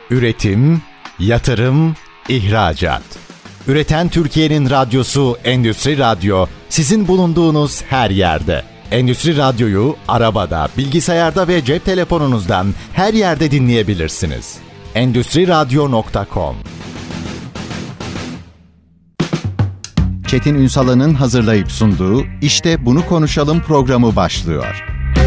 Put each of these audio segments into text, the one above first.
Üretim, yatırım, ihracat. Üreten Türkiye'nin radyosu Endüstri Radyo, sizin bulunduğunuz her yerde. Endüstri Radyo'yu arabada, bilgisayarda ve cep telefonunuzdan her yerde dinleyebilirsiniz. Endüstriradyo.com. Çetin Ünsal'ın hazırlayıp sunduğu İşte Bunu Konuşalım programı başlıyor.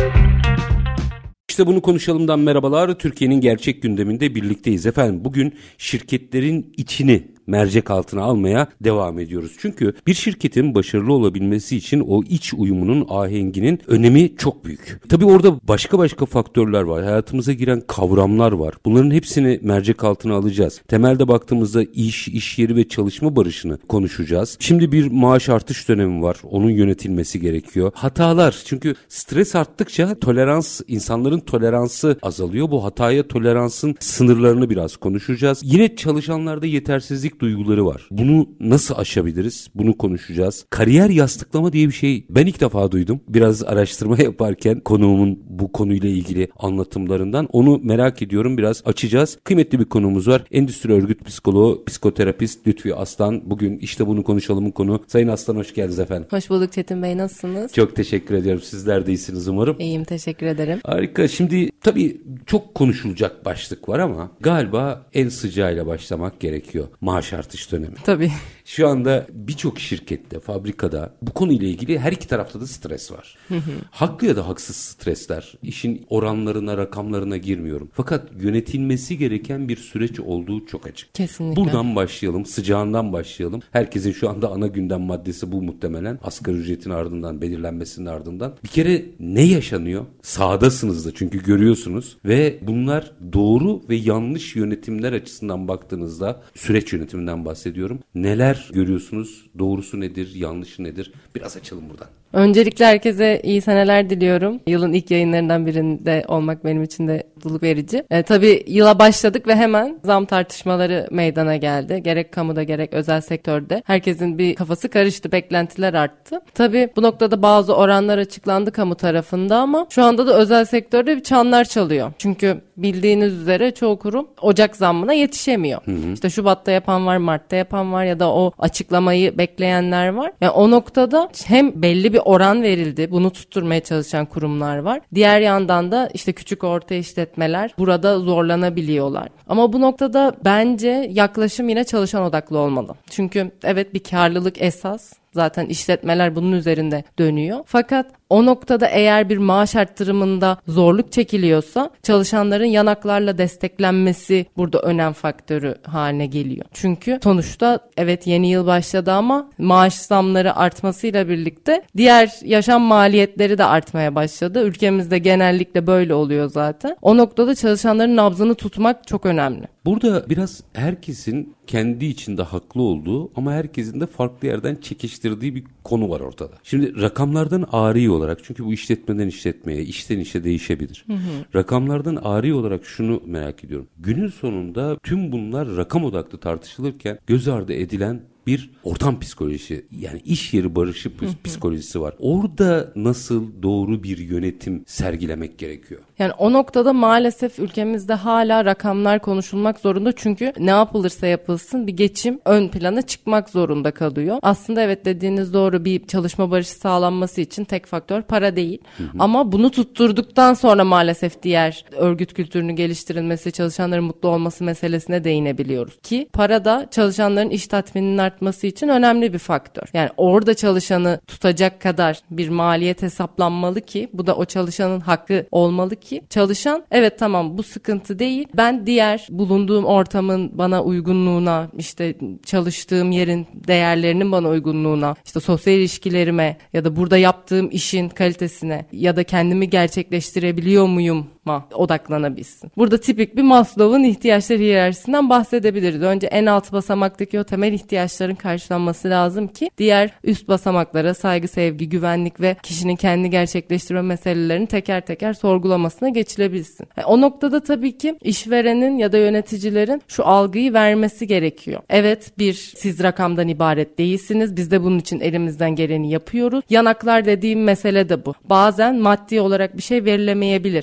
İşte Bunu Konuşalım'dan merhabalar. Türkiye'nin gerçek gündeminde birlikteyiz efendim. Bugün şirketlerin içini mercek altına almaya devam ediyoruz. Çünkü bir şirketin başarılı olabilmesi için o iç uyumunun, ahenginin önemi çok büyük. Tabii orada başka faktörler var. Hayatımıza giren kavramlar var. Bunların hepsini mercek altına alacağız. Temelde baktığımızda iş yeri ve çalışma barışını konuşacağız. Şimdi bir maaş artış dönemi var. Onun yönetilmesi gerekiyor. Hatalar, çünkü stres arttıkça insanların toleransı azalıyor. Bu hataya toleransın sınırlarını biraz konuşacağız. Yine çalışanlarda yetersizlik duyguları var. Bunu nasıl aşabiliriz? Bunu konuşacağız. Kariyer yastıklama diye bir şey ben ilk defa duydum. Biraz araştırma yaparken konuğumun bu konuyla ilgili anlatımlarından onu merak ediyorum. Biraz açacağız. Kıymetli bir konuğumuz var. Endüstri örgüt psikoloğu, psikoterapist Lütfi Aslan. Bugün işte bunu konuşalımın konu. Sayın Aslan, hoş geldiniz efendim. Hoş bulduk Çetin Bey, nasılsınız? Çok teşekkür ediyorum. Sizler de iyisiniz umarım. İyiyim, teşekkür ederim. Harika. Şimdi tabii çok konuşulacak başlık var ama galiba en sıcağıyla başlamak gerekiyor. Maaş artış dönemi. Tabii. Şu anda birçok şirkette, fabrikada bu konuyla ilgili her iki tarafta da stres var. Haklı ya da haksız stresler. İşin oranlarına, rakamlarına girmiyorum. Fakat yönetilmesi gereken bir süreç olduğu çok açık. Kesinlikle. Buradan başlayalım, sıcağından başlayalım. Herkesin şu anda ana gündem maddesi bu muhtemelen. Asgari ücretin ardından, belirlenmesinin ardından. Bir kere ne yaşanıyor? Sahadasınız da çünkü görüyorsunuz. Ve bunlar doğru ve yanlış yönetimler açısından baktığınızda, süreç yönetiminden bahsediyorum. Neler görüyorsunuz? Doğrusu nedir? Yanlışı nedir? Biraz açalım buradan. Öncelikle herkese iyi seneler diliyorum. Yılın ilk yayınlarından birinde olmak benim için de mutluluk verici. Tabii yıla başladık ve hemen zam tartışmaları meydana geldi. Gerek kamuda gerek özel sektörde. Herkesin bir kafası karıştı, beklentiler arttı. Tabii bu noktada bazı oranlar açıklandı kamu tarafında ama şu anda da özel sektörde bir çanlar çalıyor. Çünkü bildiğiniz üzere çoğu kurum Ocak zammına yetişemiyor. İşte Şubat'ta yapan var, Mart'ta yapan var ya da o açıklamayı bekleyenler var. Yani o noktada hem belli bir oran verildi. Bunu tutturmaya çalışan kurumlar var. Diğer yandan da işte küçük orta işletmeler burada zorlanabiliyorlar. Ama bu noktada bence yaklaşım yine çalışan odaklı olmalı. Çünkü evet, bir karlılık esas. Zaten işletmeler bunun üzerinde dönüyor. Fakat o noktada eğer bir maaş arttırımında zorluk çekiliyorsa çalışanların yanaklarla desteklenmesi burada önem faktörü haline geliyor. Çünkü sonuçta evet, yeni yıl başladı ama maaş zamları artmasıyla birlikte diğer yaşam maliyetleri de artmaya başladı. Ülkemizde genellikle böyle oluyor zaten. O noktada çalışanların nabzını tutmak çok önemli. Burada biraz herkesin kendi içinde haklı olduğu ama herkesin de farklı yerden çekiştirdiği bir konu var ortada. Şimdi rakamlardan ari olarak, çünkü bu işletmeden işletmeye, işten işe değişebilir. Rakamlardan ari olarak şunu merak ediyorum. Günün sonunda tüm bunlar rakam odaklı tartışılırken göz ardı edilen bir ortam psikolojisi, yani iş yeri barışı psikolojisi var. Orada nasıl doğru bir yönetim sergilemek gerekiyor? Yani o noktada maalesef ülkemizde hala rakamlar konuşulmak zorunda. Çünkü ne yapılırsa yapılsın bir geçim ön plana çıkmak zorunda kalıyor. Aslında evet, dediğiniz doğru, bir çalışma barışı sağlanması için tek faktör para değil. Ama bunu tutturduktan sonra maalesef diğer örgüt kültürünü geliştirilmesi, çalışanların mutlu olması meselesine değinebiliyoruz. Ki para da çalışanların iş tatmininin artması için önemli bir faktör. Yani orada çalışanı tutacak kadar bir maliyet hesaplanmalı ki bu da o çalışanın hakkı olmalı ki çalışan evet tamam, bu sıkıntı değil, ben diğer bulunduğum ortamın bana uygunluğuna, işte çalıştığım yerin değerlerinin bana uygunluğuna, işte sosyal ilişkilerime ya da burada yaptığım işin kalitesine ya da kendimi gerçekleştirebiliyor muyum odaklanabilsin. Burada tipik bir Maslow'un ihtiyaçlar hiyerarşisinden bahsedebiliriz. Önce en alt basamaktaki o temel ihtiyaçların karşılanması lazım ki diğer üst basamaklara saygı, sevgi, güvenlik ve kişinin kendi gerçekleştirme meselelerini teker teker sorgulamasına geçilebilsin. O noktada tabii ki işverenin ya da yöneticilerin şu algıyı vermesi gerekiyor. Evet, siz rakamdan ibaret değilsiniz. Biz de bunun için elimizden geleni yapıyoruz. Yanaklar dediğim mesele de bu. Bazen maddi olarak bir şey verilemeyebilir. Ama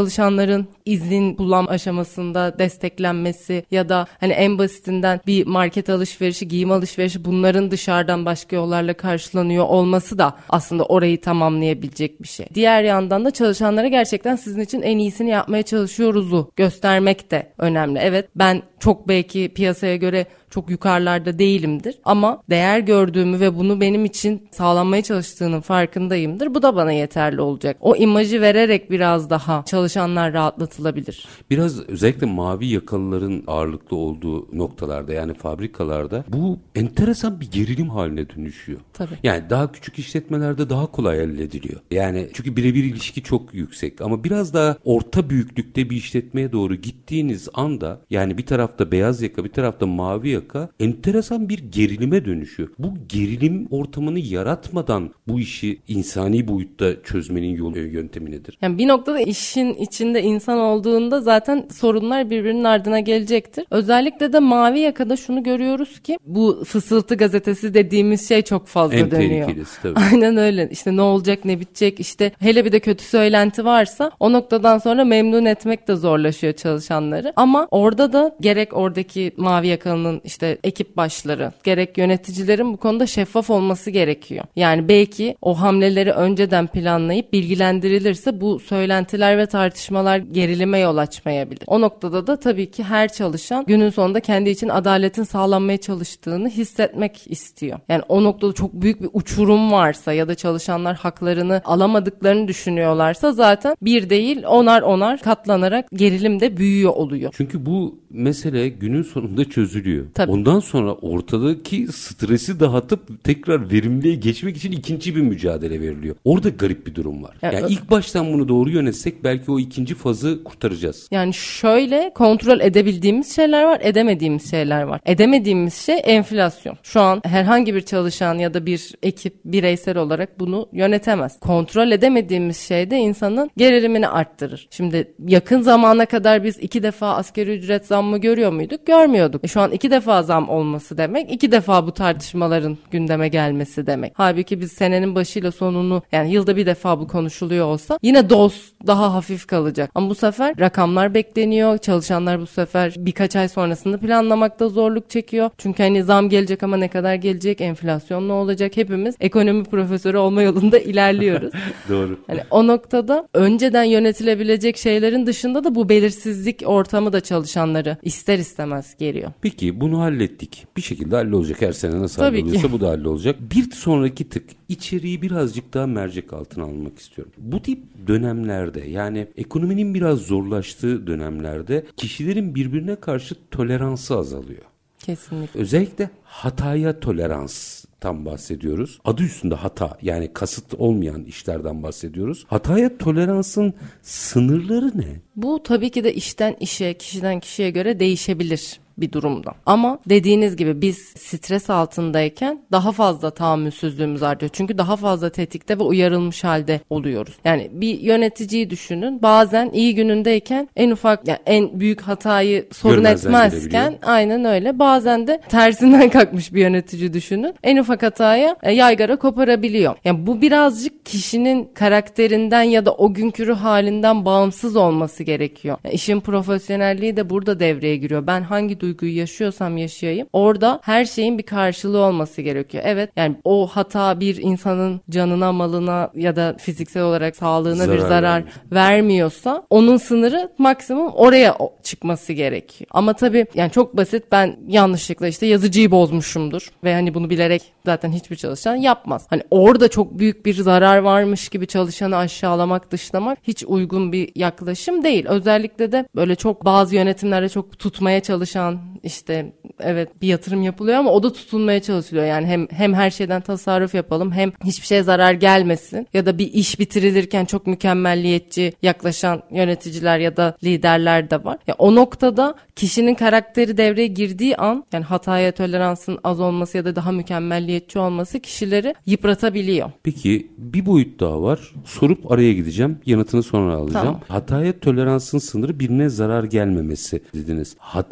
çalışanların izin kullanma aşamasında desteklenmesi ya da hani en basitinden bir market alışverişi, giyim alışverişi bunların dışarıdan başka yollarla karşılanıyor olması da aslında orayı tamamlayabilecek bir şey. Diğer yandan da çalışanlara gerçekten sizin için en iyisini yapmaya çalışıyoruzu göstermek de önemli. Evet, ben çok belki piyasaya göre çok yukarılarda değilimdir ama değer gördüğümü ve bunu benim için sağlanmaya çalıştığının farkındayımdır. Bu da bana yeterli olacak. O imajı vererek biraz daha çalışanlar rahatlatılabilir. Biraz özellikle mavi yakalıların ağırlıklı olduğu noktalarda, yani fabrikalarda bu enteresan bir gerilim haline dönüşüyor. Tabii. Yani daha küçük işletmelerde daha kolay hallediliyor. Yani çünkü birebir ilişki çok yüksek ama biraz daha orta büyüklükte bir işletmeye doğru gittiğiniz anda, yani bir tarafta beyaz yaka, bir tarafta mavi yaka, enteresan bir gerilime dönüşüyor. Bu gerilim ortamını yaratmadan bu işi insani boyutta çözmenin yolu, yöntemi nedir? Yani bir noktada işin içinde insan olduğunda zaten sorunlar birbirinin ardına gelecektir. Özellikle de mavi yakada şunu görüyoruz ki bu fısıltı gazetesi dediğimiz şey çok fazla en dönüyor. En tehlikelisi tabii. Aynen öyle. İşte ne olacak, ne bitecek, işte hele bir de kötü söylenti varsa o noktadan sonra memnun etmek de zorlaşıyor çalışanları. Ama orada da gerek oradaki mavi yakalının işte ekip başları, gerek yöneticilerin bu konuda şeffaf olması gerekiyor. Yani belki o hamleleri önceden planlayıp bilgilendirilirse bu söylentiler ve tartışmalar gerilime yol açmayabilir. O noktada da tabii ki her çalışan günün sonunda kendi için adaletin sağlanmaya çalıştığını hissetmek istiyor. Yani o noktada çok büyük bir uçurum varsa ya da çalışanlar haklarını alamadıklarını düşünüyorlarsa zaten bir değil onar katlanarak gerilim de büyüyor oluyor. Çünkü bu mesele günün sonunda çözülüyor. Tabii. Ondan sonra ortadaki stresi dağıtıp tekrar verimliğe geçmek için ikinci bir mücadele veriliyor. Orada garip bir durum var. Yani ilk baştan bunu doğru yönetsek belki o ikinci fazı kurtaracağız. Yani şöyle, kontrol edebildiğimiz şeyler var, edemediğimiz şeyler var. Edemediğimiz şey enflasyon. Şu an herhangi bir çalışan ya da bir ekip bireysel olarak bunu yönetemez. Kontrol edemediğimiz şey de insanın gerilimini arttırır. Şimdi yakın zamana kadar biz 2 defa asgari ücret zammı görüyor muyduk? Görmüyorduk. Şu an 2 defa zam olması demek, 2 defa bu tartışmaların gündeme gelmesi demek. Halbuki biz senenin başıyla sonunu, yani yılda bir defa bu konuşuluyor olsa yine doz daha hafif kalacak. Ama bu sefer rakamlar bekleniyor. Çalışanlar bu sefer birkaç ay sonrasında planlamakta zorluk çekiyor. Çünkü hani zam gelecek ama ne kadar gelecek? Enflasyon ne olacak? Hepimiz ekonomi profesörü olma yolunda ilerliyoruz. Doğru. Hani o noktada önceden yönetilebilecek şeylerin dışında da bu belirsizlik ortamı da çalışanları ister istemez geliyor. Peki bunu hallettik. Bir şekilde hallolacak. Her sene nasıl halloluyorsa bu da hallolacak. Bir sonraki tık, içeriği birazcık daha mercek altına almak istiyorum. Bu tip dönemlerde, yani ekonominin biraz zorlaştığı dönemlerde kişilerin birbirine karşı toleransı azalıyor. Kesinlikle. Özellikle hataya toleranstan bahsediyoruz. Adı üstünde hata, yani kasıt olmayan işlerden bahsediyoruz. Hataya toleransın sınırları ne? Bu tabii ki de işten işe, kişiden kişiye göre değişebilir bir durumda. Ama dediğiniz gibi biz stres altındayken daha fazla tahammülsüzlüğümüz artıyor. Çünkü daha fazla tetikte ve uyarılmış halde oluyoruz. Yani bir yöneticiyi düşünün. Bazen iyi günündeyken en ufak, yani en büyük hatayı sorun görmezden etmezken, aynen öyle. Bazen de tersinden kalkmış bir yönetici düşünün. En ufak hataya yaygara koparabiliyor. Yani bu birazcık kişinin karakterinden ya da o günkü ruh halinden bağımsız olması gerekiyor. Yani işin profesyonelliği de burada devreye giriyor. Ben hangi duyguyu yaşıyorsam yaşayayım, orada her şeyin bir karşılığı olması gerekiyor. Evet, yani o hata bir insanın canına, malına ya da fiziksel olarak sağlığına bir zarar vermiyorsa onun sınırı maksimum oraya çıkması gerekiyor. Ama tabii yani çok basit, ben yanlışlıkla işte yazıcıyı bozmuşumdur ve hani bunu bilerek zaten hiçbir çalışan yapmaz. Hani orada çok büyük bir zarar varmış gibi çalışanı aşağılamak, dışlamak hiç uygun bir yaklaşım değil. Özellikle de böyle çok bazı yönetimlerde çok tutmaya çalışan, işte evet bir yatırım yapılıyor ama o da tutunmaya çalışılıyor. Yani hem her şeyden tasarruf yapalım, hem hiçbir şeye zarar gelmesin, ya da bir iş bitirilirken çok mükemmelliyetçi yaklaşan yöneticiler ya da liderler de var. Ya o noktada kişinin karakteri devreye girdiği an, yani hataya toleransın az olması ya da daha mükemmelliyetçi olması kişileri yıpratabiliyor. Peki bir boyut daha var. Sorup araya gideceğim. Yanıtını sonra alacağım. Tamam. Hataya toleransın sınırı birine zarar gelmemesi dediniz. Hatayı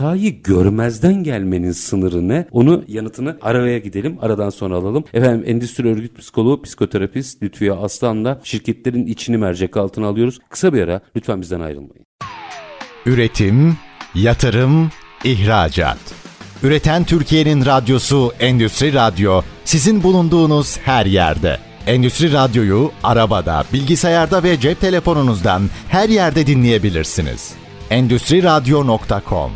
görmezden gelmenin sınırı ne? Onu yanıtını araya gidelim. Aradan sonra alalım. Efendim endüstri örgüt psikoloğu, psikoterapist Lütfiye Aslan'la şirketlerin içini mercek altına alıyoruz. Kısa bir ara, lütfen bizden ayrılmayın. Üretim, yatırım, ihracat. Üreten Türkiye'nin radyosu Endüstri Radyo, sizin bulunduğunuz her yerde. Endüstri Radyo'yu arabada, bilgisayarda ve cep telefonunuzdan her yerde dinleyebilirsiniz. Endüstriradyo.com.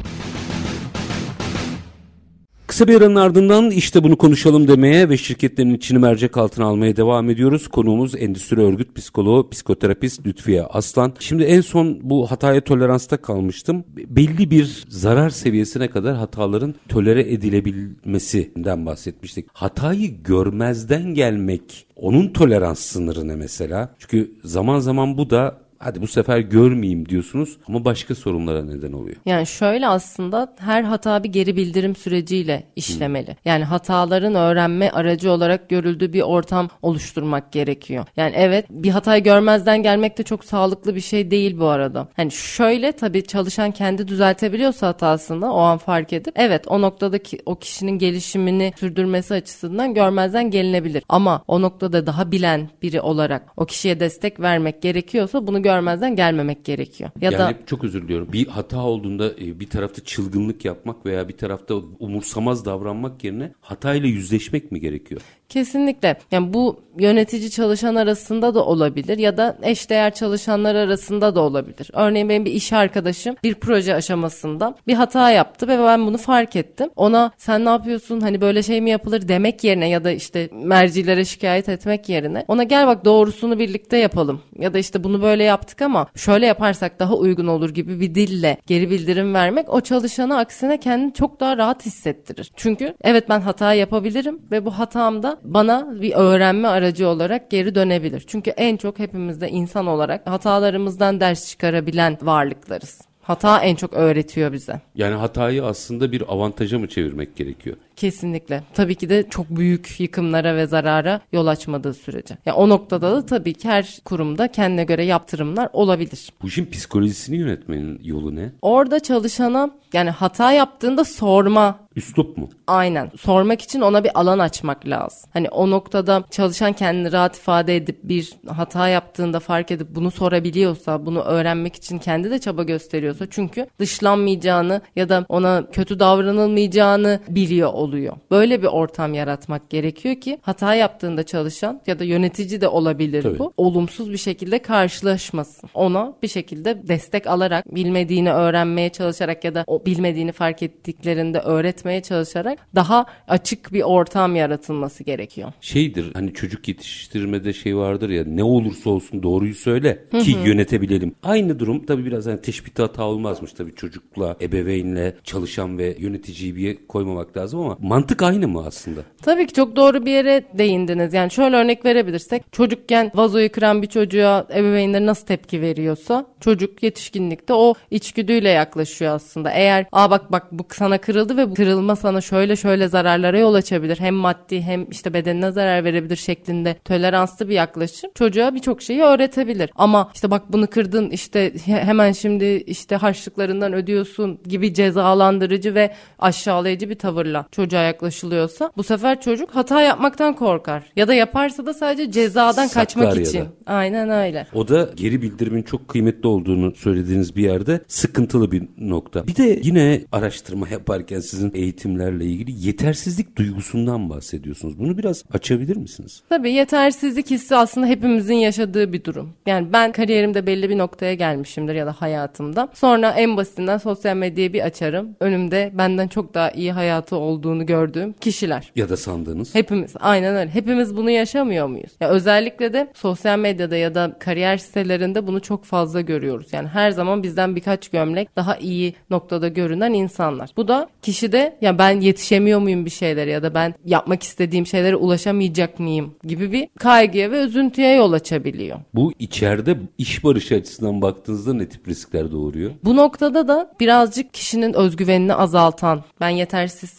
Kısa bir aranın ardından işte bunu konuşalım demeye ve şirketlerin içini mercek altına almaya devam ediyoruz. Konuğumuz endüstri örgüt psikoloğu, psikoterapist Lütfiye Aslan. Şimdi en son bu hataya toleransta kalmıştım. Belli bir zarar seviyesine kadar hataların tolere edilebilmesinden bahsetmiştik. Hatayı görmezden gelmek, onun tolerans sınırı ne mesela? Çünkü zaman zaman bu da hadi bu sefer görmeyeyim diyorsunuz ama başka sorunlara neden oluyor. Yani şöyle, aslında her hata bir geri bildirim süreciyle işlemeli. Yani hataların öğrenme aracı olarak görüldüğü bir ortam oluşturmak gerekiyor. Yani evet, bir hatayı görmezden gelmek de çok sağlıklı bir şey değil bu arada. Hani şöyle, tabii çalışan kendi düzeltebiliyorsa hatasını o an fark edip evet o noktadaki o kişinin gelişimini sürdürmesi açısından görmezden gelinebilir. Ama o noktada daha bilen biri olarak o kişiye destek vermek gerekiyorsa bunu görmezden gelmemek gerekiyor. Yani çok özür diliyorum. Bir hata olduğunda bir tarafta çılgınlık yapmak veya bir tarafta umursamaz davranmak yerine hatayla yüzleşmek mi gerekiyor? Kesinlikle. Yani bu yönetici çalışan arasında da olabilir ya da eşdeğer çalışanlar arasında da olabilir. Örneğin benim bir iş arkadaşım bir proje aşamasında bir hata yaptı ve ben bunu fark ettim. Ona sen ne yapıyorsun, hani böyle şey mi yapılır demek yerine ya da işte mercilere şikayet etmek yerine ona gel bak doğrusunu birlikte yapalım ya da işte bunu böyle yaptık ama şöyle yaparsak daha uygun olur gibi bir dille geri bildirim vermek o çalışana aksine kendini çok daha rahat hissettirir. Çünkü evet, ben hata yapabilirim ve bu hatamda bana bir öğrenme aracı olarak geri dönebilir. Çünkü en çok hepimiz de insan olarak hatalarımızdan ders çıkarabilen varlıklarız. Hata en çok öğretiyor bize. Yani hatayı aslında bir avantaja mı çevirmek gerekiyor? Kesinlikle. Tabii ki de çok büyük yıkımlara ve zarara yol açmadığı sürece. Yani o noktada da tabii ki her kurumda kendine göre yaptırımlar olabilir. Bu işin psikolojisini yönetmenin yolu ne? Orada çalışana yani hata yaptığında sorma. Üslup mu? Aynen. Sormak için ona bir alan açmak lazım. Hani o noktada çalışan kendini rahat ifade edip bir hata yaptığında fark edip bunu sorabiliyorsa, bunu öğrenmek için kendi de çaba gösteriyorsa, çünkü dışlanmayacağını ya da ona kötü davranılmayacağını biliyor oluyor. Böyle bir ortam yaratmak gerekiyor ki hata yaptığında çalışan ya da yönetici de olabilir tabii, bu. Olumsuz bir şekilde karşılaşmasın. Ona bir şekilde destek alarak, bilmediğini öğrenmeye çalışarak ya da o bilmediğini fark ettiklerinde öğretmeye çalışarak daha açık bir ortam yaratılması gerekiyor. Şeydir, hani çocuk yetiştirmede şey vardır ya, ne olursa olsun doğruyu söyle ki yönetebilelim. Aynı durum tabii biraz hani teşbihte hata olmazmış tabii, çocukla, ebeveynle, çalışan ve yöneticiyi bir koymamak lazım ama mantık aynı mı aslında? Tabii ki çok doğru bir yere değindiniz. Yani şöyle örnek verebilirsek, çocukken vazoyu kıran bir çocuğa ebeveynler nasıl tepki veriyorsa çocuk yetişkinlikte o içgüdüyle yaklaşıyor aslında. Eğer bak bu sana kırıldı ve bu kırılma sana şöyle zararlara yol açabilir. Hem maddi hem işte bedenine zarar verebilir şeklinde toleranslı bir yaklaşım çocuğa birçok şeyi öğretebilir. Ama işte bak bunu kırdın, işte hemen şimdi işte harçlıklarından ödüyorsun gibi cezalandırıcı ve aşağılayıcı bir tavırla çocuğa yaklaşılıyorsa bu sefer çocuk hata yapmaktan korkar. Ya da yaparsa da sadece cezadan kaçmak için. Aynen öyle. O da geri bildirimin çok kıymetli olduğunu söylediğiniz bir yerde sıkıntılı bir nokta. Bir de yine araştırma yaparken sizin eğitimlerle ilgili yetersizlik duygusundan bahsediyorsunuz. Bunu biraz açabilir misiniz? Tabii, yetersizlik hissi aslında hepimizin yaşadığı bir durum. Yani ben kariyerimde belli bir noktaya gelmişimdir ya da hayatımda. Sonra en basitinden sosyal medyayı bir açarım. Önümde benden çok daha iyi hayatı olduğunu gördüğüm kişiler. Ya da sandığınız. Hepimiz. Aynen öyle. Hepimiz bunu yaşamıyor muyuz? Ya özellikle de sosyal medyada ya da kariyer sitelerinde bunu çok fazla görüyoruz. Yani her zaman bizden birkaç gömlek daha iyi noktada görünen insanlar. Bu da kişide ya ben yetişemiyor muyum bir şeylere ya da ben yapmak istediğim şeylere ulaşamayacak mıyım gibi bir kaygıya ve üzüntüye yol açabiliyor. Bu içeride iş barışı açısından baktığınızda ne tip riskler doğuruyor? Bu noktada da birazcık kişinin özgüvenini azaltan, ben yetersiz hissettiğim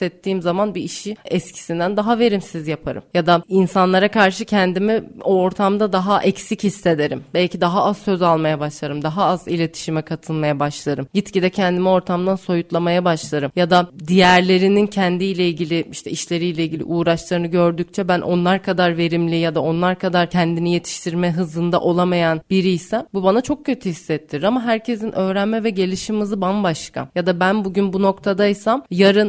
zaman bir işi eskisinden daha verimsiz yaparım. Ya da insanlara karşı kendimi o ortamda daha eksik hissederim. Belki daha az söz almaya başlarım. Daha az iletişime katılmaya başlarım. Gitgide kendimi ortamdan soyutlamaya başlarım. Ya da diğerlerinin kendiyle ilgili işte işleriyle ilgili uğraşlarını gördükçe ben onlar kadar verimli ya da onlar kadar kendini yetiştirme hızında olamayan biriysem bu bana çok kötü hissettirir. Ama herkesin öğrenme ve gelişim hızı bambaşka. Ya da ben bugün bu noktadaysam yarın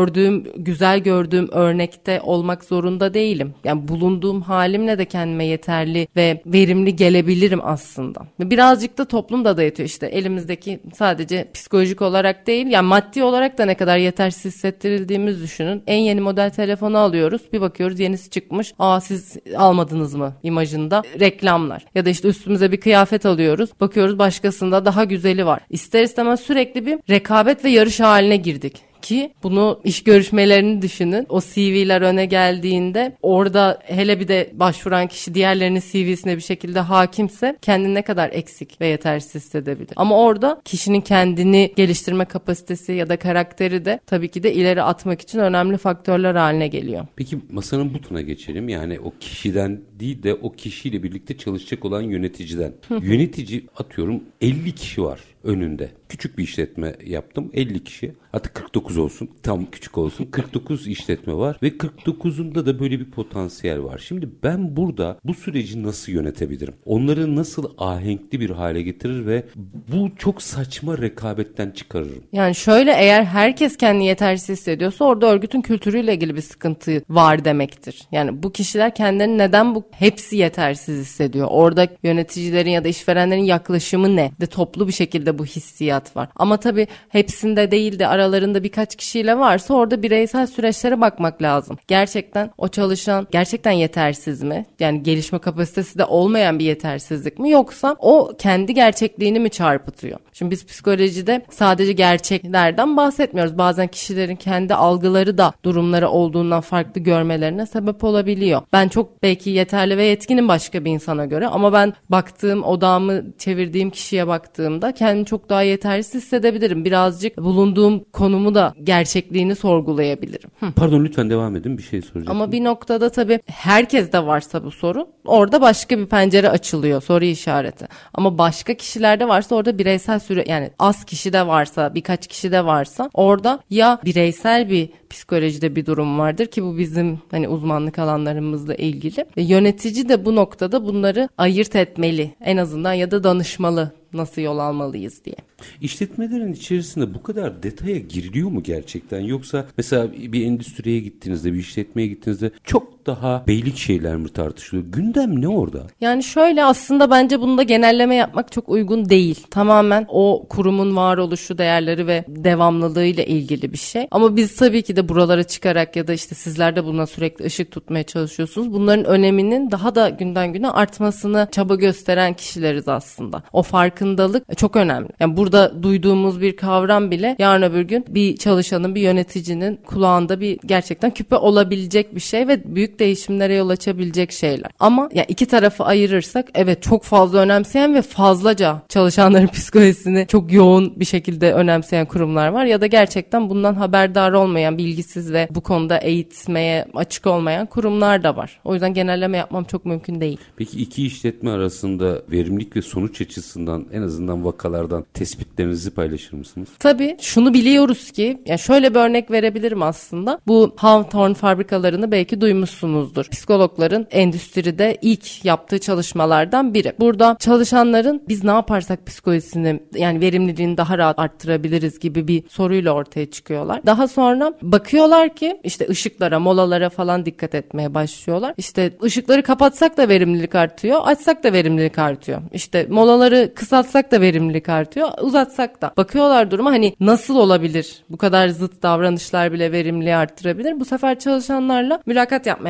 güzel gördüğüm örnekte olmak zorunda değilim. Yani bulunduğum halimle de kendime yeterli ve verimli gelebilirim aslında. Birazcık da toplum da dayatıyor işte elimizdeki sadece psikolojik olarak değil yani maddi olarak da ne kadar yetersiz hissettirildiğimiz düşünün. En yeni model telefonu alıyoruz. Bir bakıyoruz yenisi çıkmış. Siz almadınız mı imajında reklamlar. Ya da işte üstümüze bir kıyafet alıyoruz. Bakıyoruz başkasında daha güzeli var. İster istemez sürekli bir rekabet ve yarış haline girdik. Ki bunu iş görüşmelerini düşünün. O CV'ler öne geldiğinde orada hele bir de başvuran kişi diğerlerinin CV'sine bir şekilde hakimse kendini ne kadar eksik ve yetersiz hissedebilir. Ama orada kişinin kendini geliştirme kapasitesi ya da karakteri de tabii ki de ileri atmak için önemli faktörler haline geliyor. Peki masanın butuna geçelim. Yani o kişiden değil de o kişiyle birlikte çalışacak olan yöneticiden. Yönetici atıyorum 50 kişi var önünde. Küçük bir işletme yaptım. 50 kişi. Hatta 49 olsun. Tam küçük olsun. 49 işletme var ve 49'unda da böyle bir potansiyel var. Şimdi ben burada bu süreci nasıl yönetebilirim? Onları nasıl ahenkli bir hale getirir ve bu çok saçma rekabetten çıkarırım? Yani şöyle eğer herkes kendini yetersiz hissediyorsa orada örgütün kültürüyle ilgili bir sıkıntı var demektir. Yani bu kişiler kendilerini neden bu hepsi yetersiz hissediyor? Orada yöneticilerin ya da işverenlerin yaklaşımı ne? De toplu bir şekilde bu hissiyat var. Ama tabii hepsinde değil de aralarında birkaç kişiyle varsa orada bireysel süreçlere bakmak lazım. Gerçekten o çalışan gerçekten yetersiz mi? Yani gelişme kapasitesi de olmayan bir yetersizlik mi? Yoksa o kendi gerçekliğini mi çarpıtıyor? Şimdi biz psikolojide sadece gerçeklerden bahsetmiyoruz. Bazen kişilerin kendi algıları da durumları olduğundan farklı görmelerine sebep olabiliyor. Ben çok belki yeterli ve yetkinim başka bir insana göre ama ben baktığım odağımı çevirdiğim kişiye baktığımda kendimi çok daha yetersiz hissedebilirim. Birazcık bulunduğum konumu da gerçekliğini sorgulayabilirim. Pardon lütfen devam edin bir şey soracağım. Ama bir noktada tabii herkes de varsa bu sorun orada başka bir pencere açılıyor soru işareti. Ama başka kişilerde varsa orada bireysel yani az kişi de varsa birkaç kişi de varsa orada ya bireysel bir psikolojide bir durum vardır ki bu bizim hani uzmanlık alanlarımızla ilgili. Yönetici de bu noktada bunları ayırt etmeli en azından ya da danışmalı nasıl yol almalıyız diye. İşletmelerin içerisinde bu kadar detaya giriliyor mu gerçekten? Yoksa mesela bir endüstriye gittiğinizde, bir işletmeye gittiğinizde çok daha beylik şeyler mi tartışılıyor? Gündem ne orada? Yani şöyle aslında bence bunda genelleme yapmak çok uygun değil. Tamamen o kurumun varoluşu, değerleri ve devamlılığıyla ilgili bir şey. Ama biz tabii ki de buralara çıkarak ya da işte sizler de buna sürekli ışık tutmaya çalışıyorsunuz. Bunların öneminin daha da günden güne artmasını çaba gösteren kişileriz aslında. O farkındalık çok önemli. Yani burada duyduğumuz bir kavram bile yarın öbür gün bir çalışanın, bir yöneticinin kulağında bir gerçekten küpe olabilecek bir şey ve büyük değişimlere yol açabilecek şeyler. Ama ya iki tarafı ayırırsak evet çok fazla önemseyen ve fazlaca çalışanların psikolojisini çok yoğun bir şekilde önemseyen kurumlar var ya da gerçekten bundan haberdar olmayan, bilgisiz ve bu konuda eğitmeye açık olmayan kurumlar da var. O yüzden genelleme yapmam çok mümkün değil. Peki iki işletme arasında verimlilik ve sonuç açısından en azından vakalardan tespitlerinizi paylaşır mısınız? Tabii şunu biliyoruz ki yani şöyle bir örnek verebilirim aslında. Bu Hawthorne fabrikalarını belki duymuşsunuzdur. Psikologların endüstride ilk yaptığı çalışmalardan biri. Burada çalışanların biz ne yaparsak psikolojisini yani verimliliğini daha rahat arttırabiliriz gibi bir soruyla ortaya çıkıyorlar. Daha sonra bakıyorlar ki işte ışıklara, molalara falan dikkat etmeye başlıyorlar. İşte ışıkları kapatsak da verimlilik artıyor, açsak da verimlilik artıyor. İşte molaları kısaltsak da verimlilik artıyor, uzatsak da. Bakıyorlar duruma hani nasıl olabilir? Bu kadar zıt davranışlar bile verimliliği arttırabilir. Bu sefer çalışanlarla mülakat yapmaya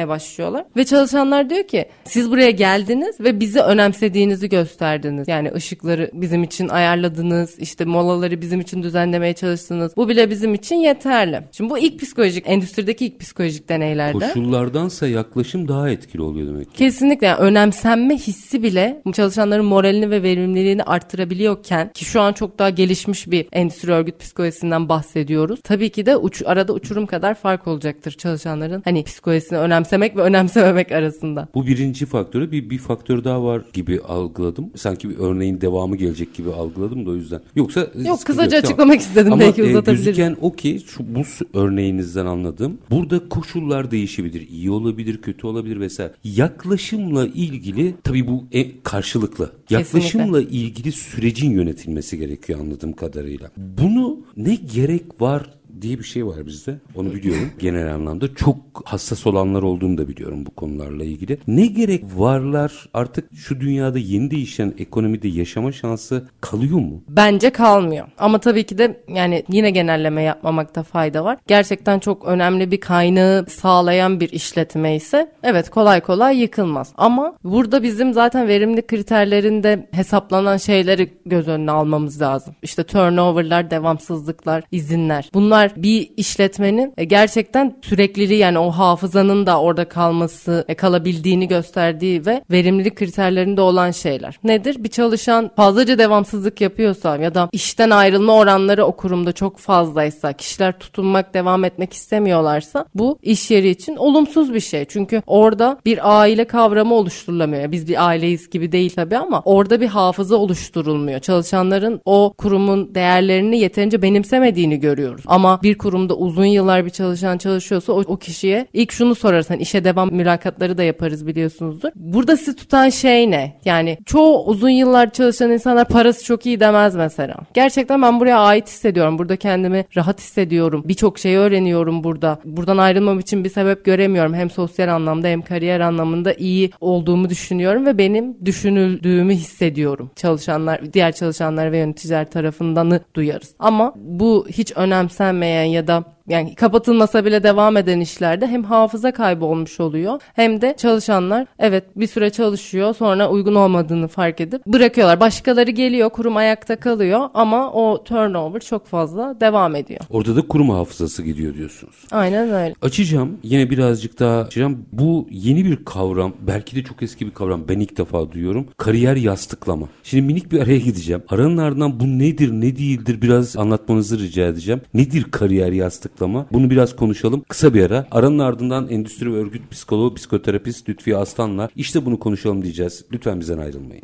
yapmaya başlıyorlar. Ve çalışanlar diyor ki siz buraya geldiniz ve bizi önemsediğinizi gösterdiniz. Yani ışıkları bizim için ayarladınız, işte molaları bizim için düzenlemeye çalıştınız. Bu bile bizim için yeterli. Şimdi bu endüstrideki ilk psikolojik deneylerde. Koşullardansa yaklaşım daha etkili oluyor demek ki. Kesinlikle, yani önemsenme hissi bile çalışanların moralini ve verimliliğini arttırabiliyorken, ki şu an çok daha gelişmiş bir endüstri örgüt psikolojisinden bahsediyoruz. Tabii ki de arada uçurum kadar fark olacaktır çalışanların hani psikolojisini önemsemek ve önemsememek arasında. Bu birinci faktörü, bir faktör daha var gibi algıladım. Sanki bir örneğin devamı gelecek gibi algıladım da o yüzden. Yok, kısaca açıklamak istedim. Ama belki uzatabiliriz. Gözüken o ki bu örneğinizden anladığım, burada koşullar değişebilir. İyi olabilir, kötü olabilir vesaire. Yaklaşımla ilgili tabii bu karşılıklı. Yaklaşımla ilgili sürecin yönetilmesi gerekiyor anladığım kadarıyla. Bunu ne gerek var diye bir şey var bizde. Onu biliyorum genel anlamda. Çok hassas olanlar olduğunu da biliyorum bu konularla ilgili. Ne gerek varlar, artık şu dünyada yeni değişen ekonomide yaşama şansı kalıyor mu? Bence kalmıyor. Ama tabii ki de yani yine genelleme yapmamakta fayda var. Gerçekten çok önemli bir kaynağı sağlayan bir işletme ise evet, kolay kolay yıkılmaz. Ama burada bizim zaten verimlilik kriterlerinde hesaplanan şeyleri göz önüne almamız lazım. İşte turnover'lar, devamsızlıklar, izinler. Bunlar bir işletmenin gerçekten sürekliliği, yani o hafızanın da orada kalabildiğini gösterdiği ve verimlilik kriterlerinde olan şeyler. Nedir? Bir çalışan fazlaca devamsızlık yapıyorsa ya da işten ayrılma oranları o kurumda çok fazlaysa, kişiler tutunmak, devam etmek istemiyorlarsa bu iş yeri için olumsuz bir şey. Çünkü orada bir aile kavramı oluşturulamıyor. Yani biz bir aileyiz gibi değil tabii ama orada bir hafıza oluşturulmuyor. Çalışanların o kurumun değerlerini yeterince benimsemediğini görüyoruz. Ama bir kurumda uzun yıllar bir çalışan çalışıyorsa o kişiye ilk şunu sorarız. Hani işe devam mülakatları da yaparız, biliyorsunuzdur. Burada sizi tutan şey ne? Yani çoğu uzun yıllar çalışan insanlar parası çok iyi demez mesela. Gerçekten ben buraya ait hissediyorum. Burada kendimi rahat hissediyorum. Birçok şey öğreniyorum burada. Buradan ayrılmam için bir sebep göremiyorum. Hem sosyal anlamda hem kariyer anlamında iyi olduğumu düşünüyorum ve benim düşünüldüğümü hissediyorum. Diğer çalışanlar ve yöneticiler tarafından duyarız. Ama bu hiç önemsenmeyen ya da yani kapatılmasa bile devam eden işlerde hem hafıza kaybı olmuş oluyor hem de çalışanlar evet bir süre çalışıyor, sonra uygun olmadığını fark edip bırakıyorlar. Başkaları geliyor, kurum ayakta kalıyor ama o turnover çok fazla devam ediyor. Orada da kurum hafızası gidiyor diyorsunuz. Aynen öyle. Yine birazcık daha açacağım. Bu yeni bir kavram, belki de çok eski bir kavram. Ben ilk defa duyuyorum. Kariyer yastıklama. Şimdi minik bir araya gideceğim. Aranın ardından bu nedir, ne değildir biraz anlatmanızı rica edeceğim. Nedir kariyer yastıklama? Bunu biraz konuşalım. Kısa bir ara. Aranın ardından endüstri ve örgüt psikoloğu, psikoterapist Lütfiye Aslan'la işte bunu konuşalım diyeceğiz. Lütfen bizden ayrılmayın.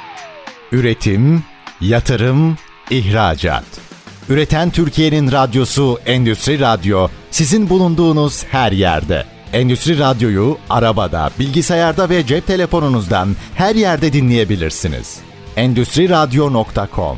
Üretim, yatırım, ihracat. Üreten Türkiye'nin radyosu Endüstri Radyo, sizin bulunduğunuz her yerde. Endüstri Radyo'yu arabada, bilgisayarda ve cep telefonunuzdan her yerde dinleyebilirsiniz. Endüstriradyo.com.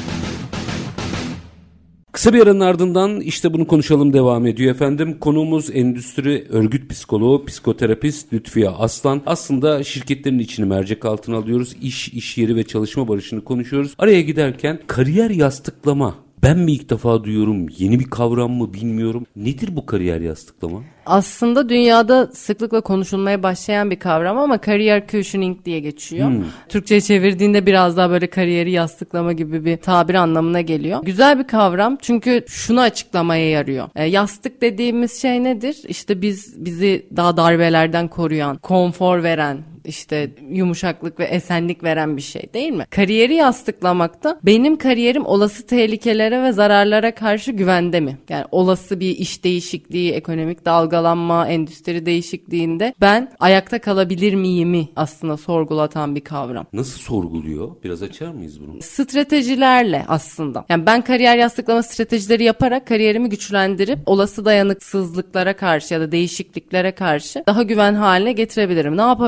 Kısa bir aranın ardından işte bunu konuşalım devam ediyor efendim. Konuğumuz endüstri örgüt psikoloğu, psikoterapist Lütfiye Aslan. Aslında şirketlerin içini mercek altına alıyoruz. İş yeri ve çalışma barışını konuşuyoruz. Araya giderken kariyer yastıklama. Ben mi ilk defa duyuyorum? Yeni bir kavram mı bilmiyorum. Nedir bu kariyer yastıklama? Aslında dünyada sıklıkla konuşulmaya başlayan bir kavram ama career cushioning diye geçiyor. Türkçe'ye çevirdiğinde biraz daha böyle kariyeri yastıklama gibi bir tabir anlamına geliyor. Güzel bir kavram çünkü şunu açıklamaya yarıyor. Yastık dediğimiz şey nedir? İşte bizi daha darbelerden koruyan, konfor veren, işte yumuşaklık ve esenlik veren bir şey değil mi? Kariyeri yastıklamakta benim kariyerim olası tehlikelere ve zararlara karşı güvende mi? Yani olası bir iş değişikliği, ekonomik dalgalanma, endüstri değişikliğinde ben ayakta kalabilir miyimi aslında sorgulatan bir kavram. Nasıl sorguluyor? Biraz açar mıyız bunu? Stratejilerle aslında. Yani ben kariyer yastıklama stratejileri yaparak kariyerimi güçlendirip olası dayanıksızlıklara karşı ya da değişikliklere karşı daha güven haline getirebilirim. Ne yapabilirim?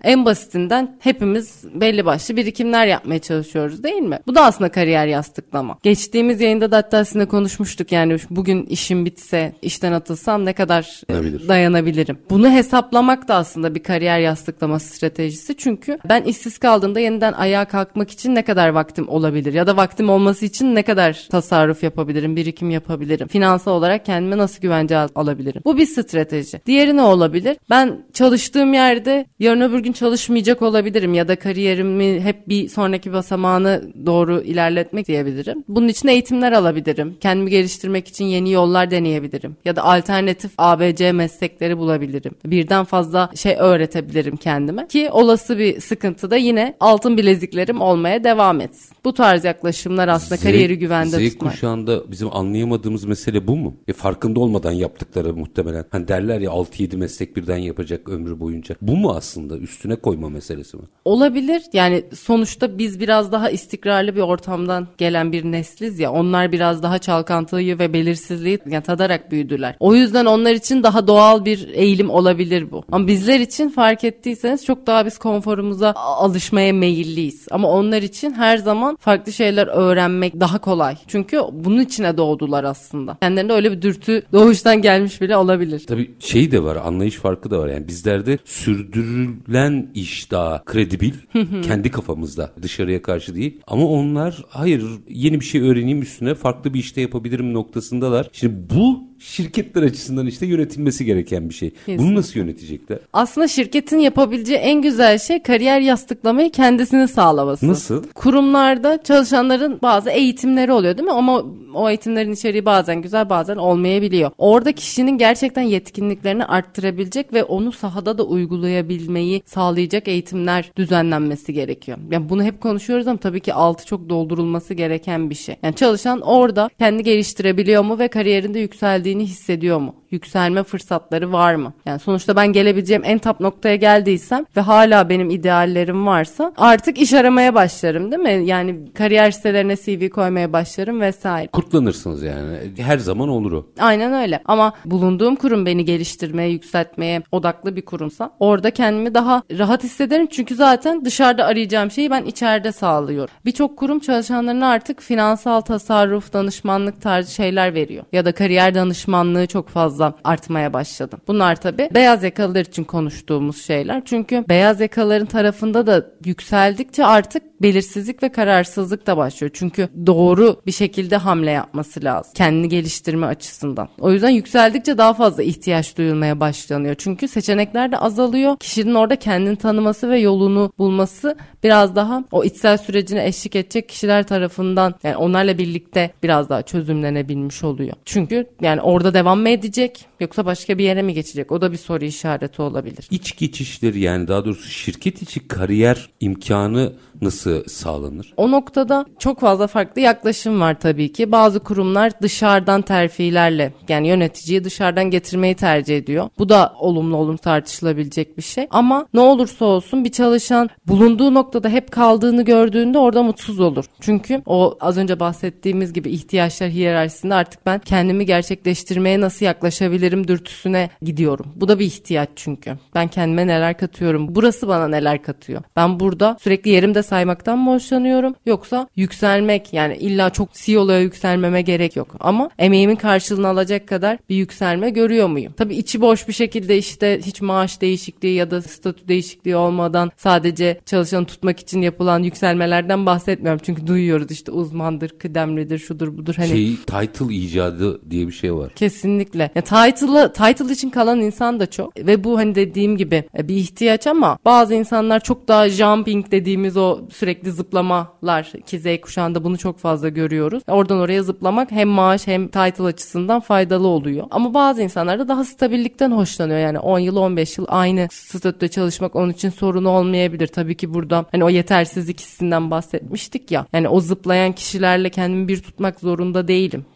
en basitinden hepimiz belli başlı birikimler yapmaya çalışıyoruz değil mi? Bu da aslında kariyer yastıklama. Geçtiğimiz yayında da hatta sizinle konuşmuştuk, yani bugün işim bitse, işten atılsam ne kadar dayanabilirim? Bunu hesaplamak da aslında bir kariyer yastıklama stratejisi. Çünkü ben işsiz kaldığımda yeniden ayağa kalkmak için ne kadar vaktim olabilir? Ya da vaktim olması için ne kadar tasarruf yapabilirim, birikim yapabilirim? Finansal olarak kendime nasıl güvence alabilirim? Bu bir strateji. Diğeri ne olabilir? Ben çalıştığım yerde yarın öbür gün çalışmayacak olabilirim ya da kariyerimi hep bir sonraki basamağını doğru ilerletmek diyebilirim. Bunun için eğitimler alabilirim. Kendimi geliştirmek için yeni yollar deneyebilirim. Ya da alternatif ABC meslekleri bulabilirim. Birden fazla şey öğretebilirim kendime ki olası bir sıkıntıda yine altın bileziklerim olmaya devam etsin. Bu tarz yaklaşımlar aslında kariyeri güvende tutmak. Z kuşağında bizim anlayamadığımız mesele bu mu? Farkında olmadan yaptıkları muhtemelen. Hani derler ya 6-7 meslek birden yapacak ömrü boyunca. Bu mu aslında? Üstüne koyma meselesi mi? Olabilir. Yani sonuçta biz biraz daha istikrarlı bir ortamdan gelen bir nesliz ya. Onlar biraz daha çalkantıyı ve belirsizliği tadarak büyüdüler. O yüzden onlar için daha doğal bir eğilim olabilir bu. Ama bizler için fark ettiyseniz çok daha biz konforumuza alışmaya meyilliyiz. Ama onlar için her zaman farklı şeyler öğrenmek daha kolay. Çünkü bunun içine doğdular aslında. Kendilerinde öyle bir dürtü doğuştan gelmiş bile olabilir. Tabii şey de var, anlayış farkı da var. Yani bizlerde sürdürülen iş daha kredibil, kendi kafamızda, dışarıya karşı değil. Ama onlar hayır, yeni bir şey öğreneyim, üstüne farklı bir işte yapabilirim noktasındalar. Şimdi bu şirketler açısından işte yönetilmesi gereken bir şey. Kesinlikle. Bunu nasıl yönetecekler? Aslında şirketin yapabileceği en güzel şey kariyer yastıklamayı kendisini sağlaması. Nasıl? Kurumlarda çalışanların bazı eğitimleri oluyor değil mi? Ama o eğitimlerin içeriği bazen güzel, bazen olmayabiliyor. Orada kişinin gerçekten yetkinliklerini arttırabilecek ve onu sahada da uygulayabilmeyi sağlayacak eğitimler düzenlenmesi gerekiyor. Yani bunu hep konuşuyoruz ama tabii ki altı çok doldurulması gereken bir şey. Yani çalışan orada kendi geliştirebiliyor mu ve kariyerinde yükseldiğini hissediyor mu? Yükselme fırsatları var mı? Yani sonuçta ben gelebileceğim en top noktaya geldiysem ve hala benim ideallerim varsa artık iş aramaya başlarım değil mi? Yani kariyer sitelerine CV koymaya başlarım vesaire. Kurtlanırsınız yani. Her zaman olur o. Aynen öyle. Ama bulunduğum kurum beni geliştirmeye, yükseltmeye odaklı bir kurumsa orada kendimi daha rahat hissederim. Çünkü zaten dışarıda arayacağım şeyi ben içeride sağlıyorum. Birçok kurum çalışanlarına artık finansal tasarruf, danışmanlık tarzı şeyler veriyor. Ya da kariyer danışmanlığı çok fazla artmaya başladı. Bunlar tabii beyaz yakalılar için konuştuğumuz şeyler. Çünkü beyaz yakalıların tarafında da yükseldikçe artık belirsizlik ve kararsızlık da başlıyor. Çünkü doğru bir şekilde hamle yapması lazım. Kendini geliştirme açısından. O yüzden yükseldikçe daha fazla ihtiyaç duyulmaya başlanıyor. Çünkü seçenekler de azalıyor. Kişinin orada kendini tanıması ve yolunu bulması biraz daha o içsel sürecine eşlik edecek kişiler tarafından, yani onlarla birlikte biraz daha çözümlenebilmiş oluyor. Çünkü yani orada devam mı edecek yoksa başka bir yere mi geçecek? O da bir soru işareti olabilir. İç geçişleri, yani daha doğrusu şirket içi kariyer imkanı nasıl sağlanır? O noktada çok fazla farklı yaklaşım var tabii ki. Bazı kurumlar dışarıdan terfilerle, yani yöneticiyi dışarıdan getirmeyi tercih ediyor. Bu da olumlu tartışılabilecek bir şey. Ama ne olursa olsun bir çalışan bulunduğu noktada hep kaldığını gördüğünde orada mutsuz olur. Çünkü o az önce bahsettiğimiz gibi ihtiyaçlar hiyerarşisinde artık ben kendimi gerçekleştirmeye nasıl yaklaşabilirim dürtüsüne gidiyorum. Bu da bir ihtiyaç çünkü. Ben kendime neler katıyorum? Burası bana neler katıyor? Ben burada sürekli yerimde saymaktan mı hoşlanıyorum? Yoksa yükselmek, yani illa çok CEO'luğa yükselmeme gerek yok. Ama emeğimin karşılığını alacak kadar bir yükselme görüyor muyum? Tabii içi boş bir şekilde işte hiç maaş değişikliği ya da statü değişikliği olmadan sadece çalışanı tutmak için yapılan yükselmelerden bahsetmiyorum. Çünkü duyuyoruz işte uzmandır, kıdemlidir, şudur budur. Hani title icadı diye bir şey var. Kesinlikle. Ya title için kalan insan da çok. Ve bu hani dediğim gibi bir ihtiyaç ama bazı insanlar çok daha jumping dediğimiz o sürekli zıplamalar, ki Z kuşağında bunu çok fazla görüyoruz. Oradan oraya zıplamak hem maaş hem title açısından faydalı oluyor. Ama bazı insanlar da daha stabillikten hoşlanıyor. Yani 10 yıl 15 yıl aynı statüde çalışmak onun için sorun olmayabilir. Tabii ki burada hani o yetersizlik hissinden bahsetmiştik ya. Yani o zıplayan kişilerle kendimi bir tutmak zorunda değilim.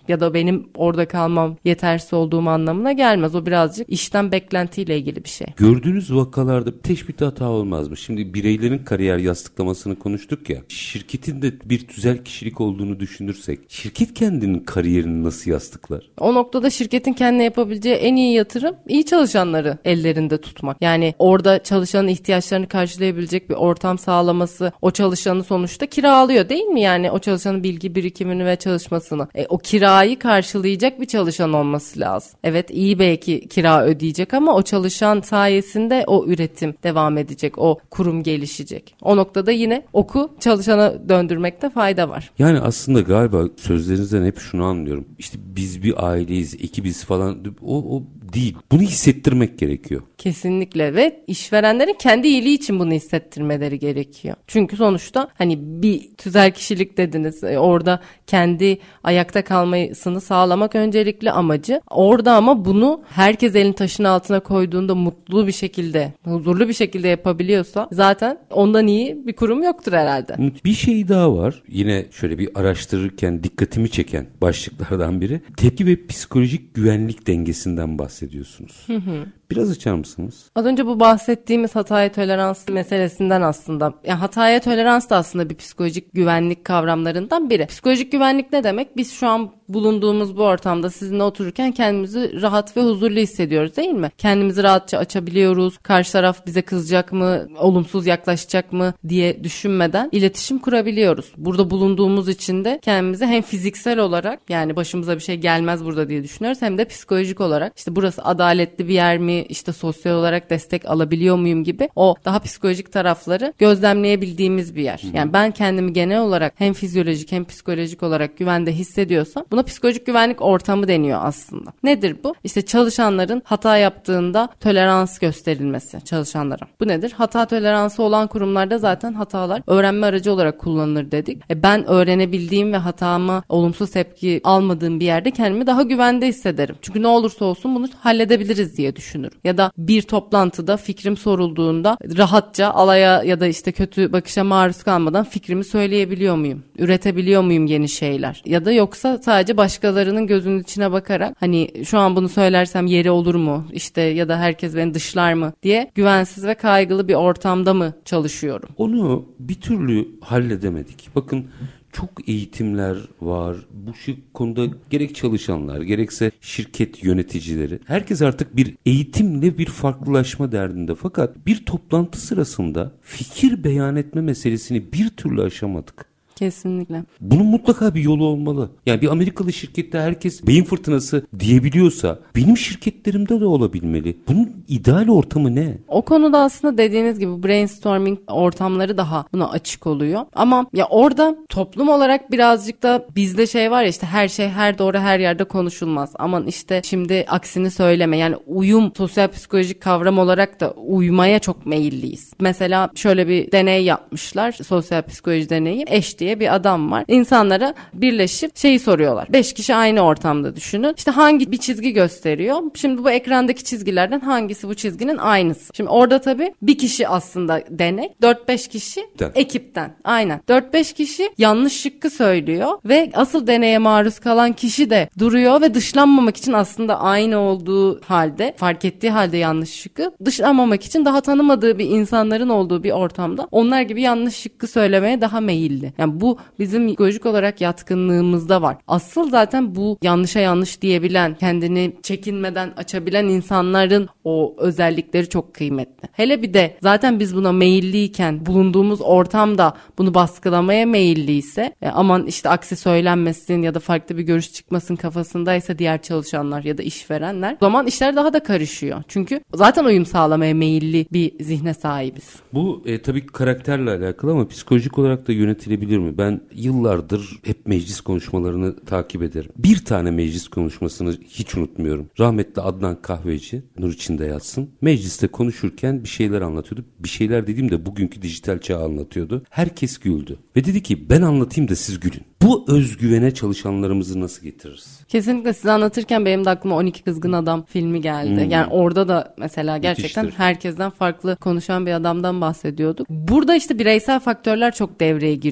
ya da benim orada kalmam yetersiz olduğum anlamına gelmez. O birazcık işten beklentiyle ilgili bir şey. Gördüğünüz vakalarda teşbihte hata olmaz mı? Şimdi bireylerin kariyer yastıklamasını konuştuk ya. Şirketin de bir tüzel kişilik olduğunu düşünürsek şirket kendinin kariyerini nasıl yastıklar? O noktada şirketin kendine yapabileceği en iyi yatırım iyi çalışanları ellerinde tutmak. Yani orada çalışanın ihtiyaçlarını karşılayabilecek bir ortam sağlaması, o çalışanı sonuçta kiralıyor değil mi? Yani o çalışanın bilgi birikimini ve çalışmasını. O kirayı karşılayacak bir çalışan olması lazım. Evet, iyi belki kira ödeyecek ama o çalışan sayesinde o üretim devam edecek, o kurum gelişecek. O noktada yine oku çalışana döndürmekte fayda var. Yani aslında galiba sözlerinizden hep şunu anlıyorum. İşte biz bir aileyiz, ekibiz falan. O değil. Bunu hissettirmek gerekiyor. Kesinlikle ve işverenlerin kendi iyiliği için bunu hissettirmeleri gerekiyor. Çünkü sonuçta hani bir tüzel kişilik dediniz. Orada kendi ayakta kalmasını sağlamak öncelikli amacı. Orada ama bunu herkes elini taşın altına koyduğunda mutlu bir şekilde, huzurlu bir şekilde yapabiliyorsa zaten ondan iyi bir kurum yoktur herhalde. Bir şey daha var. Yine şöyle bir araştırırken dikkatimi çeken başlıklardan biri. Tepki ve psikolojik güvenlik dengesinden bahsediyorsunuz. Biraz açar mısınız? Az önce bu bahsettiğimiz hataya tolerans meselesinden aslında. Yani hataya tolerans da aslında bir psikolojik güvenlik kavramlarından biri. Psikolojik güvenlik ne demek? Biz şu an bulunduğumuz bu ortamda sizinle otururken kendimizi rahat ve huzurlu hissediyoruz değil mi? Kendimizi rahatça açabiliyoruz. Karşı taraf bize kızacak mı, olumsuz yaklaşacak mı diye düşünmeden iletişim kurabiliyoruz. Burada bulunduğumuz için de kendimizi hem fiziksel olarak, yani başımıza bir şey gelmez burada diye düşünüyoruz, hem de psikolojik olarak işte burası adaletli bir yer mi, işte sosyal olarak destek alabiliyor muyum gibi o daha psikolojik tarafları gözlemleyebildiğimiz bir yer. Yani ben kendimi genel olarak hem fizyolojik hem psikolojik olarak güvende hissediyorsam buna psikolojik güvenlik ortamı deniyor aslında. Nedir bu? İşte çalışanların hata yaptığında tolerans gösterilmesi çalışanlara. Bu nedir? Hata toleransı olan kurumlarda zaten hatalar öğrenme aracı olarak kullanılır dedik. Ben öğrenebildiğim ve hatama olumsuz tepki almadığım bir yerde kendimi daha güvende hissederim. Çünkü ne olursa olsun bunu halledebiliriz diye düşünürüm. Ya da bir toplantıda fikrim sorulduğunda rahatça alaya ya da işte kötü bakışa maruz kalmadan fikrimi söyleyebiliyor muyum? Üretebiliyor muyum yeni şeyler? Ya da yoksa sadece başkalarının gözünün içine bakarak hani şu an bunu söylersem yeri olur mu? İşte ya da herkes beni dışlar mı diye güvensiz ve kaygılı bir ortamda mı çalışıyorum? Onu bir türlü halledemedik. Bakın çok eğitimler var. Bu konuda gerek çalışanlar gerekse şirket yöneticileri. Herkes artık bir eğitimle bir farklılaşma derdinde. Fakat bir toplantı sırasında fikir beyan etme meselesini bir türlü aşamadık. Kesinlikle. Bunun mutlaka bir yolu olmalı. Yani bir Amerikalı şirkette herkes beyin fırtınası diyebiliyorsa benim şirketlerimde de olabilmeli. Bunun ideal ortamı ne? O konuda aslında dediğiniz gibi brainstorming ortamları daha buna açık oluyor. Ama ya orada toplum olarak birazcık da bizde şey var ya, işte her şey her doğru her yerde konuşulmaz. Aman işte şimdi aksini söyleme. Yani uyum sosyal psikolojik kavram olarak da uymaya çok meyilliyiz. Mesela şöyle bir deney yapmışlar. Sosyal psikoloji deneyi. Eş diye bir adam var. İnsanlara birleşip şeyi soruyorlar. 5 kişi aynı ortamda düşünün. İşte hangi bir çizgi gösteriyor? Şimdi bu ekrandaki çizgilerden hangisi bu çizginin aynısı? Şimdi orada tabii bir kişi aslında denek. 4-5 kişi ekipten. Aynen. 4-5 kişi yanlış şıkkı söylüyor ve asıl deneye maruz kalan kişi de duruyor ve dışlanmamak için aslında aynı olduğu halde, fark ettiği halde yanlış şıkkı dışlanmamak için daha tanımadığı bir insanların olduğu bir ortamda onlar gibi yanlış şıkkı söylemeye daha meyilli. Yani bu bizim psikolojik olarak yatkınlığımızda var. Asıl zaten bu yanlışa yanlış diyebilen, kendini çekinmeden açabilen insanların o özellikleri çok kıymetli. Hele bir de zaten biz buna meyilliyken bulunduğumuz ortamda bunu baskılamaya meyilliyse aman işte aksi söylenmesin ya da farklı bir görüş çıkmasın kafasındaysa diğer çalışanlar ya da işverenler, o zaman işler daha da karışıyor. Çünkü zaten uyum sağlamaya meyilli bir zihne sahibiz. Bu tabii karakterle alakalı ama psikolojik olarak da yönetilebilir mi? Ben yıllardır hep meclis konuşmalarını takip ederim. Bir tane meclis konuşmasını hiç unutmuyorum. Rahmetli Adnan Kahveci, nur içinde yatsın. Mecliste konuşurken bir şeyler anlatıyordu. Bir şeyler dediğimde bugünkü dijital çağı anlatıyordu. Herkes güldü. Ve dedi ki ben anlatayım da siz gülün. Bu özgüvene çalışanlarımızı nasıl getiririz? Kesinlikle size anlatırken benim de aklıma 12 Kızgın Adam filmi geldi. Yani orada da mesela gerçekten Müthiştir. herkesten farklı konuşan bir adamdan bahsediyorduk. Burada işte bireysel faktörler çok devreye giriyor.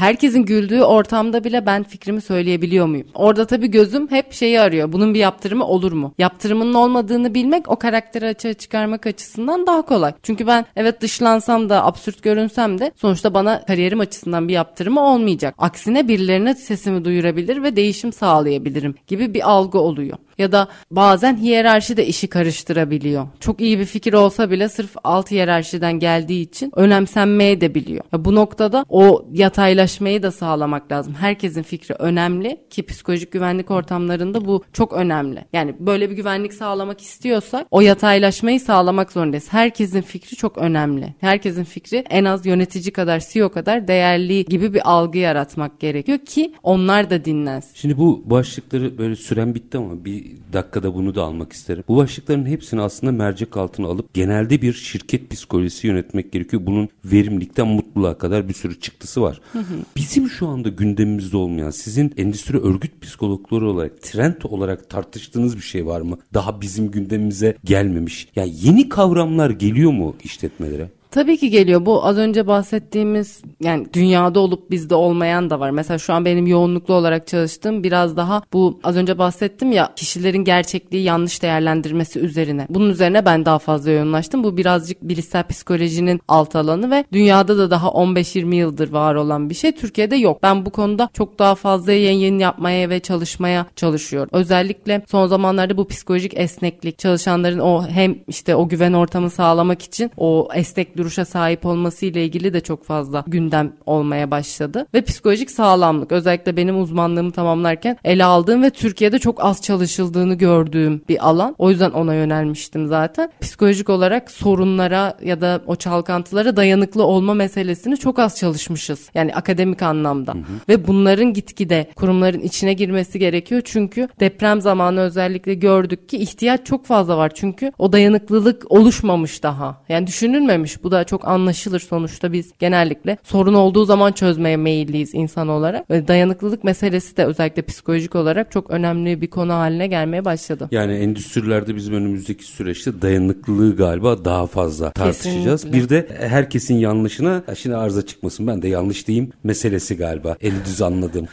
herkesin güldüğü ortamda bile ben fikrimi söyleyebiliyor muyum? Orada tabii gözüm hep şeyi arıyor. Bunun bir yaptırımı olur mu? Yaptırımının olmadığını bilmek o karakteri açığa çıkarmak açısından daha kolay. Çünkü ben evet dışlansam da absürt görünsem de sonuçta bana kariyerim açısından bir yaptırımı olmayacak. Aksine birilerine sesimi duyurabilir ve değişim sağlayabilirim gibi bir algı oluyor. Ya da bazen hiyerarşi de işi karıştırabiliyor. Çok iyi bir fikir olsa bile sırf alt hiyerarşiden geldiği için önemsenmeye de biliyor. Bu noktada o yataylaşmayı da sağlamak lazım. Herkesin fikri önemli ki psikolojik güvenlik ortamlarında bu çok önemli. Yani böyle bir güvenlik sağlamak istiyorsak o yataylaşmayı sağlamak zorundayız. Herkesin fikri çok önemli. Herkesin fikri en az yönetici kadar, CEO kadar değerli gibi bir algı yaratmak gerekiyor ki onlar da dinlensin. Şimdi bu başlıkları böyle süren bitti ama bir dakikada bunu da almak isterim. Bu başlıkların hepsini aslında mercek altına alıp genelde bir şirket psikolojisi yönetmek gerekiyor. Bunun verimlilikten mutluluğa kadar bir sürü çıktısı var. Bizim şu anda gündemimizde olmayan, sizin endüstri örgüt psikologları olarak, trend olarak tartıştığınız bir şey var mı? Daha bizim gündemimize gelmemiş. Yani yeni kavramlar geliyor mu işletmelere? Tabii ki geliyor. Bu az önce bahsettiğimiz yani dünyada olup bizde olmayan da var. Mesela şu an benim yoğunluklu olarak çalıştığım biraz daha bu az önce bahsettim ya kişilerin gerçekliği yanlış değerlendirmesi üzerine. Bunun üzerine ben daha fazla yoğunlaştım. Bu birazcık bilişsel psikolojinin alt alanı ve dünyada da daha 15-20 yıldır var olan bir şey. Türkiye'de yok. Ben bu konuda çok daha fazla yayın yapmaya ve çalışmaya çalışıyorum. Özellikle son zamanlarda bu psikolojik esneklik, çalışanların o hem işte o güven ortamı sağlamak için o esnek duruşa sahip olması ile ilgili de çok fazla gündem olmaya başladı. Ve psikolojik sağlamlık özellikle benim uzmanlığımı tamamlarken ele aldığım ve Türkiye'de çok az çalışıldığını gördüğüm bir alan. O yüzden ona yönelmiştim zaten. Psikolojik olarak sorunlara ya da o çalkantılara dayanıklı olma meselesini çok az çalışmışız. Yani akademik anlamda. Ve bunların gitgide kurumların içine girmesi gerekiyor. Çünkü deprem zamanı özellikle gördük ki ihtiyaç çok fazla var. Çünkü o dayanıklılık oluşmamış daha. Yani düşünülmemiş. Bu da çok anlaşılır sonuçta biz genellikle sorun olduğu zaman çözmeye meyilliyiz insan olarak. Ve dayanıklılık meselesi de özellikle psikolojik olarak çok önemli bir konu haline gelmeye başladı. Yani endüstrilerde bizim önümüzdeki süreçte dayanıklılığı galiba daha fazla tartışacağız. Kesinlikle. Bir de herkesin yanlışına şimdi arıza çıkmasın ben de yanlış diyeyim meselesi galiba. En düz anladım.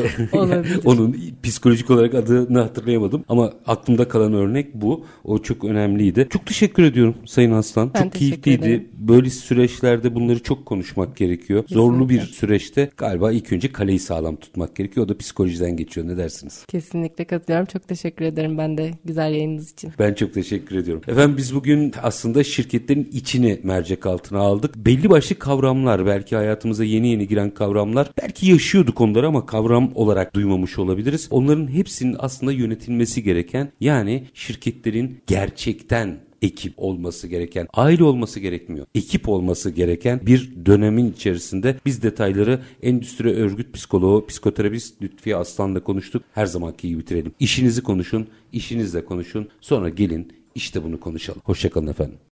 Onun psikolojik olarak adını hatırlayamadım ama aklımda kalan örnek bu. O çok önemliydi. Çok teşekkür ediyorum Sayın Aslan. Ben çok keyifliydi. ederim. Böyle süreçlerde bunları çok konuşmak gerekiyor. Kesinlikle. Zorlu bir süreçte galiba ilk önce kaleyi sağlam tutmak gerekiyor. O da psikolojiden geçiyor. Ne dersiniz? Kesinlikle katılıyorum. Çok teşekkür ederim ben de güzel yayınınız için. Ben çok teşekkür ediyorum. Efendim biz bugün aslında şirketlerin içini mercek altına aldık. Belli başlı kavramlar, belki hayatımıza yeni yeni giren kavramlar, belki yaşıyorduk onları ama kavram olarak duymamış olabiliriz. Onların hepsinin aslında yönetilmesi gereken, yani şirketlerin gerçekten ekip olması gereken, aile olması gerekmiyor. Ekip olması gereken bir dönemin içerisinde biz detayları endüstri örgüt psikoloğu, psikoterapist Lütfiye Aslan'la konuştuk. Her zamanki gibi bitirelim. İşinizi konuşun, işinizle konuşun. Sonra gelin işte bunu konuşalım. Hoşça kalın efendim.